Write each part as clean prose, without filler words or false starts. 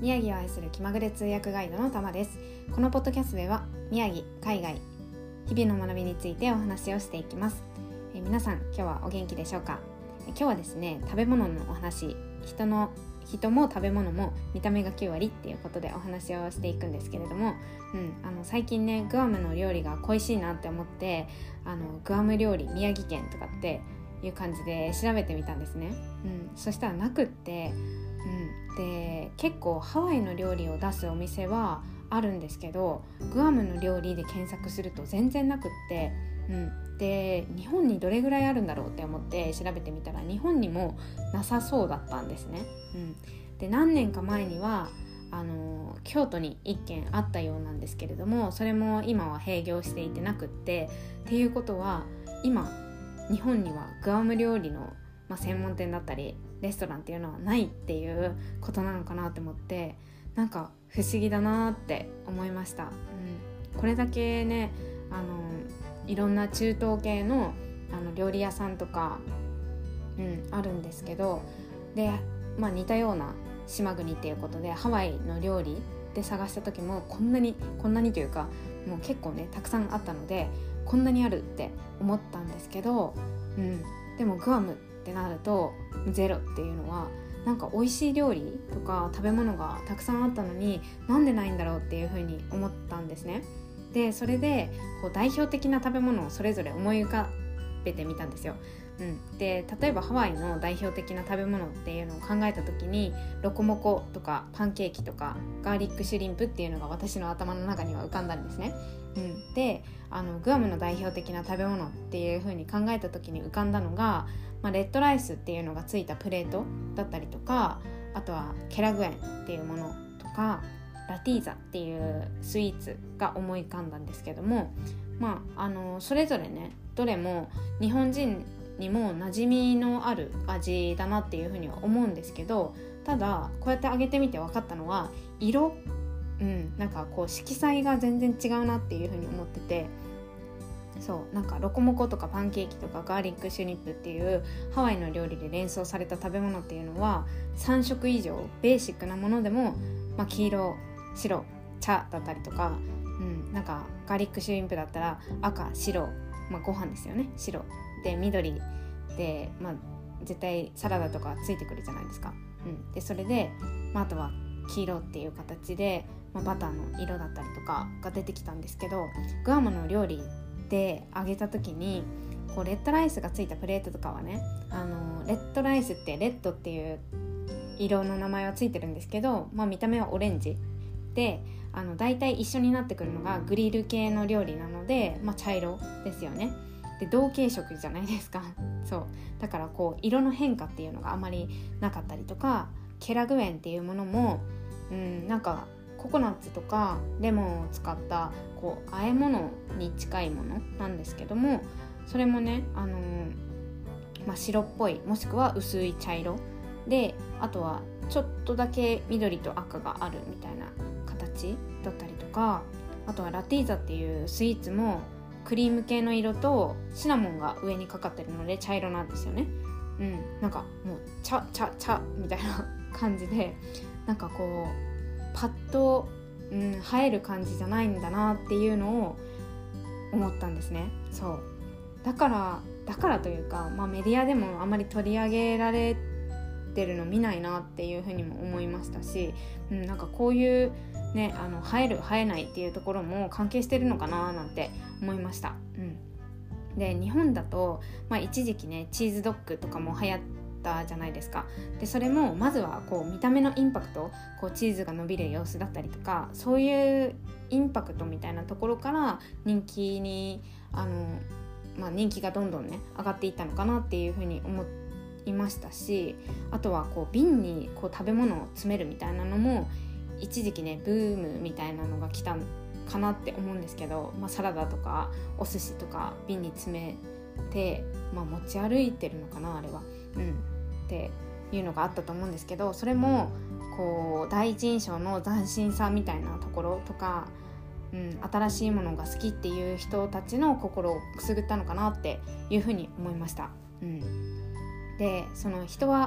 宮城を愛する気まぐれ通訳ガイドのたまです。このポッドキャストでは宮城、海外、日々の学びについてお話をしていきます。皆さん今日はお元気でしょうか。今日はですね、食べ物のお話、人も食べ物も見た目が9割っていうことでお話をしていくんですけれども、最近ねグアムの料理が恋しいなって思ってグアム料理宮城県とかっていう感じで調べてみたんですね。そしたらなくって、で結構ハワイの料理を出すお店はあるんですけど、グアムの料理で検索すると全然なくって、で日本にどれぐらいあるんだろうって思って調べてみたら日本にもなさそうだったんですね。で何年か前には京都に1軒あったようなんですけれども、それも今は閉業していてなくっていうことは今日本にはグアム料理の、専門店だったりレストランっていうのはないっていうことなのかなと思って、なんか不思議だなって思いました。これだけねいろんな中東系の料理屋さんとか、あるんですけど、で、似たような島国っていうことでハワイの料理で探した時もこんなにというかもう結構ねたくさんあったので、こんなにあるって思ったんですけど、でもグアムってなるとゼロっていうのは、なんか美味しい料理とか食べ物がたくさんあったのになんでないんだろうっていうふうに思ったんですね。でそれでこう代表的な食べ物をそれぞれ思い浮かべてみたんですよ。で例えばハワイの代表的な食べ物っていうのを考えた時にロコモコとかパンケーキとかガーリックシュリンプっていうのが私の頭の中には浮かんだんですね。でグアムの代表的な食べ物っていう風に考えた時に浮かんだのが、レッドライスっていうのがついたプレートだったりとか、あとはケラグエンっていうものとかラティーザっていうスイーツが思い浮かんだんですけども、それぞれねどれも日本人にも馴染みのある味だなっていうふうには思うんですけど、ただこうやって揚げてみて分かったのは色、なんかこう色彩が全然違うなっていうふうに思ってて、そうなんかロコモコとかパンケーキとかガーリックシュリンプっていうハワイの料理で連想された食べ物っていうのは3色以上ベーシックなものでも、黄色、白、茶だったりとか、なんかガーリックシュリンプだったら赤、白、ご飯ですよね、白で緑で、絶対サラダとかついてくるじゃないですか。でそれで、あとは黄色っていう形で、バターの色だったりとかが出てきたんですけど、グアムの料理で揚げた時にこうレッドライスがついたプレートとかはね、レッドライスってレッドっていう色の名前はついてるんですけど、見た目はオレンジでだいたい一緒になってくるのがグリル系の料理なので、茶色ですよね。で同系色じゃないですか。そうだからこう色の変化っていうのがあまりなかったりとか、ケラグエンっていうものも、なんかココナッツとかレモンを使ったこう和え物に近いものなんですけども、それもね、白っぽいもしくは薄い茶色で、あとはちょっとだけ緑と赤があるみたいな形だったりとか、あとはラティーザっていうスイーツもクリーム系の色とシナモンが上にかかってるので茶色なんですよね。なんかもう茶みたいな感じで、なんかこうパッと、映える感じじゃないんだなっていうのを思ったんですね。そうだからというか、メディアでもあまり取り上げられてるの見ないなっていうふうにも思いましたし、なんかこういうね映える映えないっていうところも関係してるのかななんて思いました。で日本だと、一時期ねチーズドッグとかも流行ったじゃないですか。でそれもまずはこう見た目のインパクト、こうチーズが伸びる様子だったりとか、そういうインパクトみたいなところから人気に人気がどんどんね上がっていったのかなっていうふうに思いましたし、あとはこう瓶にこう食べ物を詰めるみたいなのも一時期ねブームみたいなのが来たかなって思うんですけど、サラダとかお寿司とか瓶に詰めて、持ち歩いてるのかなあれは、っていうのがあったと思うんですけど、それもこう第一印象の斬新さみたいなところとか、新しいものが好きっていう人たちの心をくすぐったのかなっていうふうに思いました。でその人は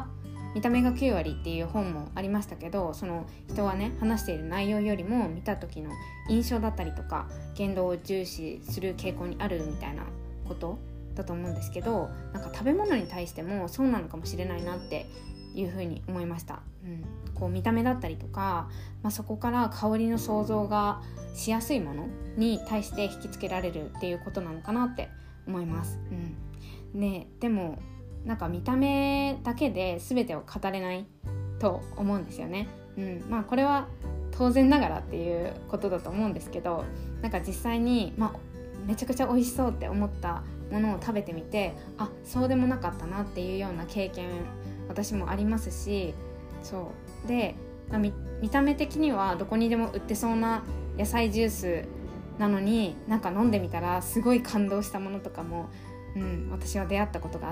見た目が9割っていう本もありましたけど、その人がね話している内容よりも見た時の印象だったりとか言動を重視する傾向にあるみたいなことだと思うんですけど、なんか食べ物に対してもそうなのかもしれないなっていうふうに思いました。こう見た目だったりとか、そこから香りの想像がしやすいものに対して引きつけられるっていうことなのかなって思います。でもなんか見た目だけで全てを語れないと思うんですよね。これは当然ながらっていうことだと思うんですけど、なんか実際に、めちゃくちゃ美味しそうって思ったものを食べてみて、そうでもなかったなっていうような経験私もありますし、そうで、見た目的にはどこにでも売ってそうな野菜ジュースなのに、なんか飲んでみたらすごい感動したものとかも、私は出会ったことがあって、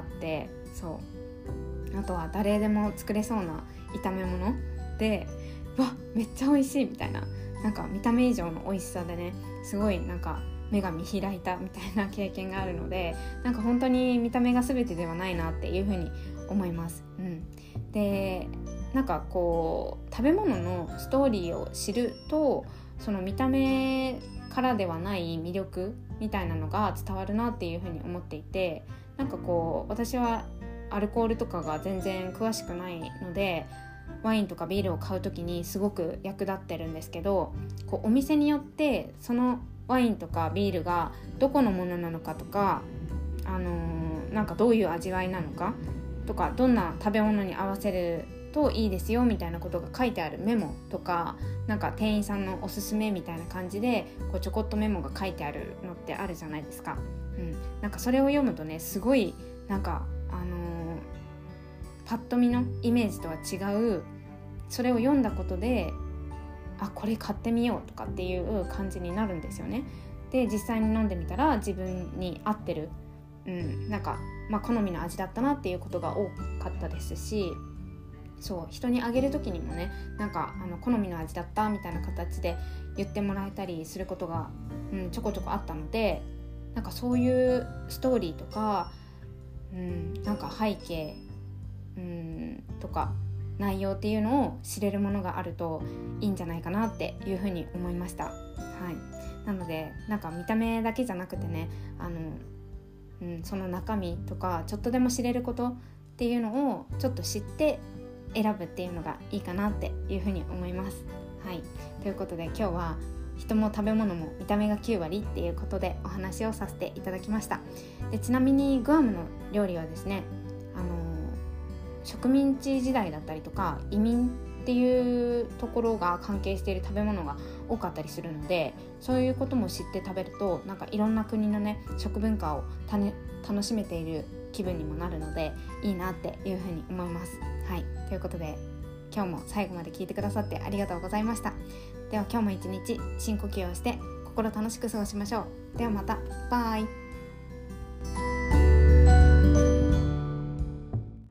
あとは誰でも作れそうな炒め物で、めっちゃ美味しいみたいな、なんか見た目以上の美味しさでね、すごいなんか目が見開いたみたいな経験があるので、なんか本当に見た目が全てではないなっていうふうに思います。で、なんかこう食べ物のストーリーを知ると、その見た目からではない魅力みたいなのが伝わるなっていうふうに思っていて、なんかこう私はアルコールとかが全然詳しくないので、ワインとかビールを買うときにすごく役立ってるんですけど、こうお店によってそのワインとかビールがどこのものなのかとか、なんかどういう味わいなのかとか、どんな食べ物に合わせるといいですよみたいなことが書いてあるメモとか、なんか店員さんのおすすめみたいな感じでこうちょこっとメモが書いてあるのってあるじゃないですか。なんかそれを読むとね、すごいなんかパッと見のイメージとは違う、それを読んだことでこれ買ってみようとかっていう感じになるんですよね。で実際に飲んでみたら自分に合ってる、なんか好みの味だったなっていうことが多かったですし、人にあげる時にもね、なんか好みの味だったみたいな形で言ってもらえたりすることが、ちょこちょこあったので、なんかそういうストーリーとか、なんか背景、とか内容っていうのを知れるものがあるといいんじゃないかなっていうふうに思いました。なのでなんか見た目だけじゃなくてね、その中身とかちょっとでも知れることっていうのをちょっと知って選ぶっていうのがいいかなっていうふうに思います。ということで今日は人も食べ物も見た目が9割っていうことでお話をさせていただきました。でちなみにグアムの料理はですね、植民地時代だったりとか移民っていうところが関係している食べ物が多かったりするので、そういうことも知って食べると、なんかいろんな国のね食文化を楽しめている気分にもなるのでいいなっていうふうに思います。ということで今日も最後まで聞いてくださってありがとうございました。では今日も一日深呼吸をして心楽しく過ごしましょう。ではまた。バイ。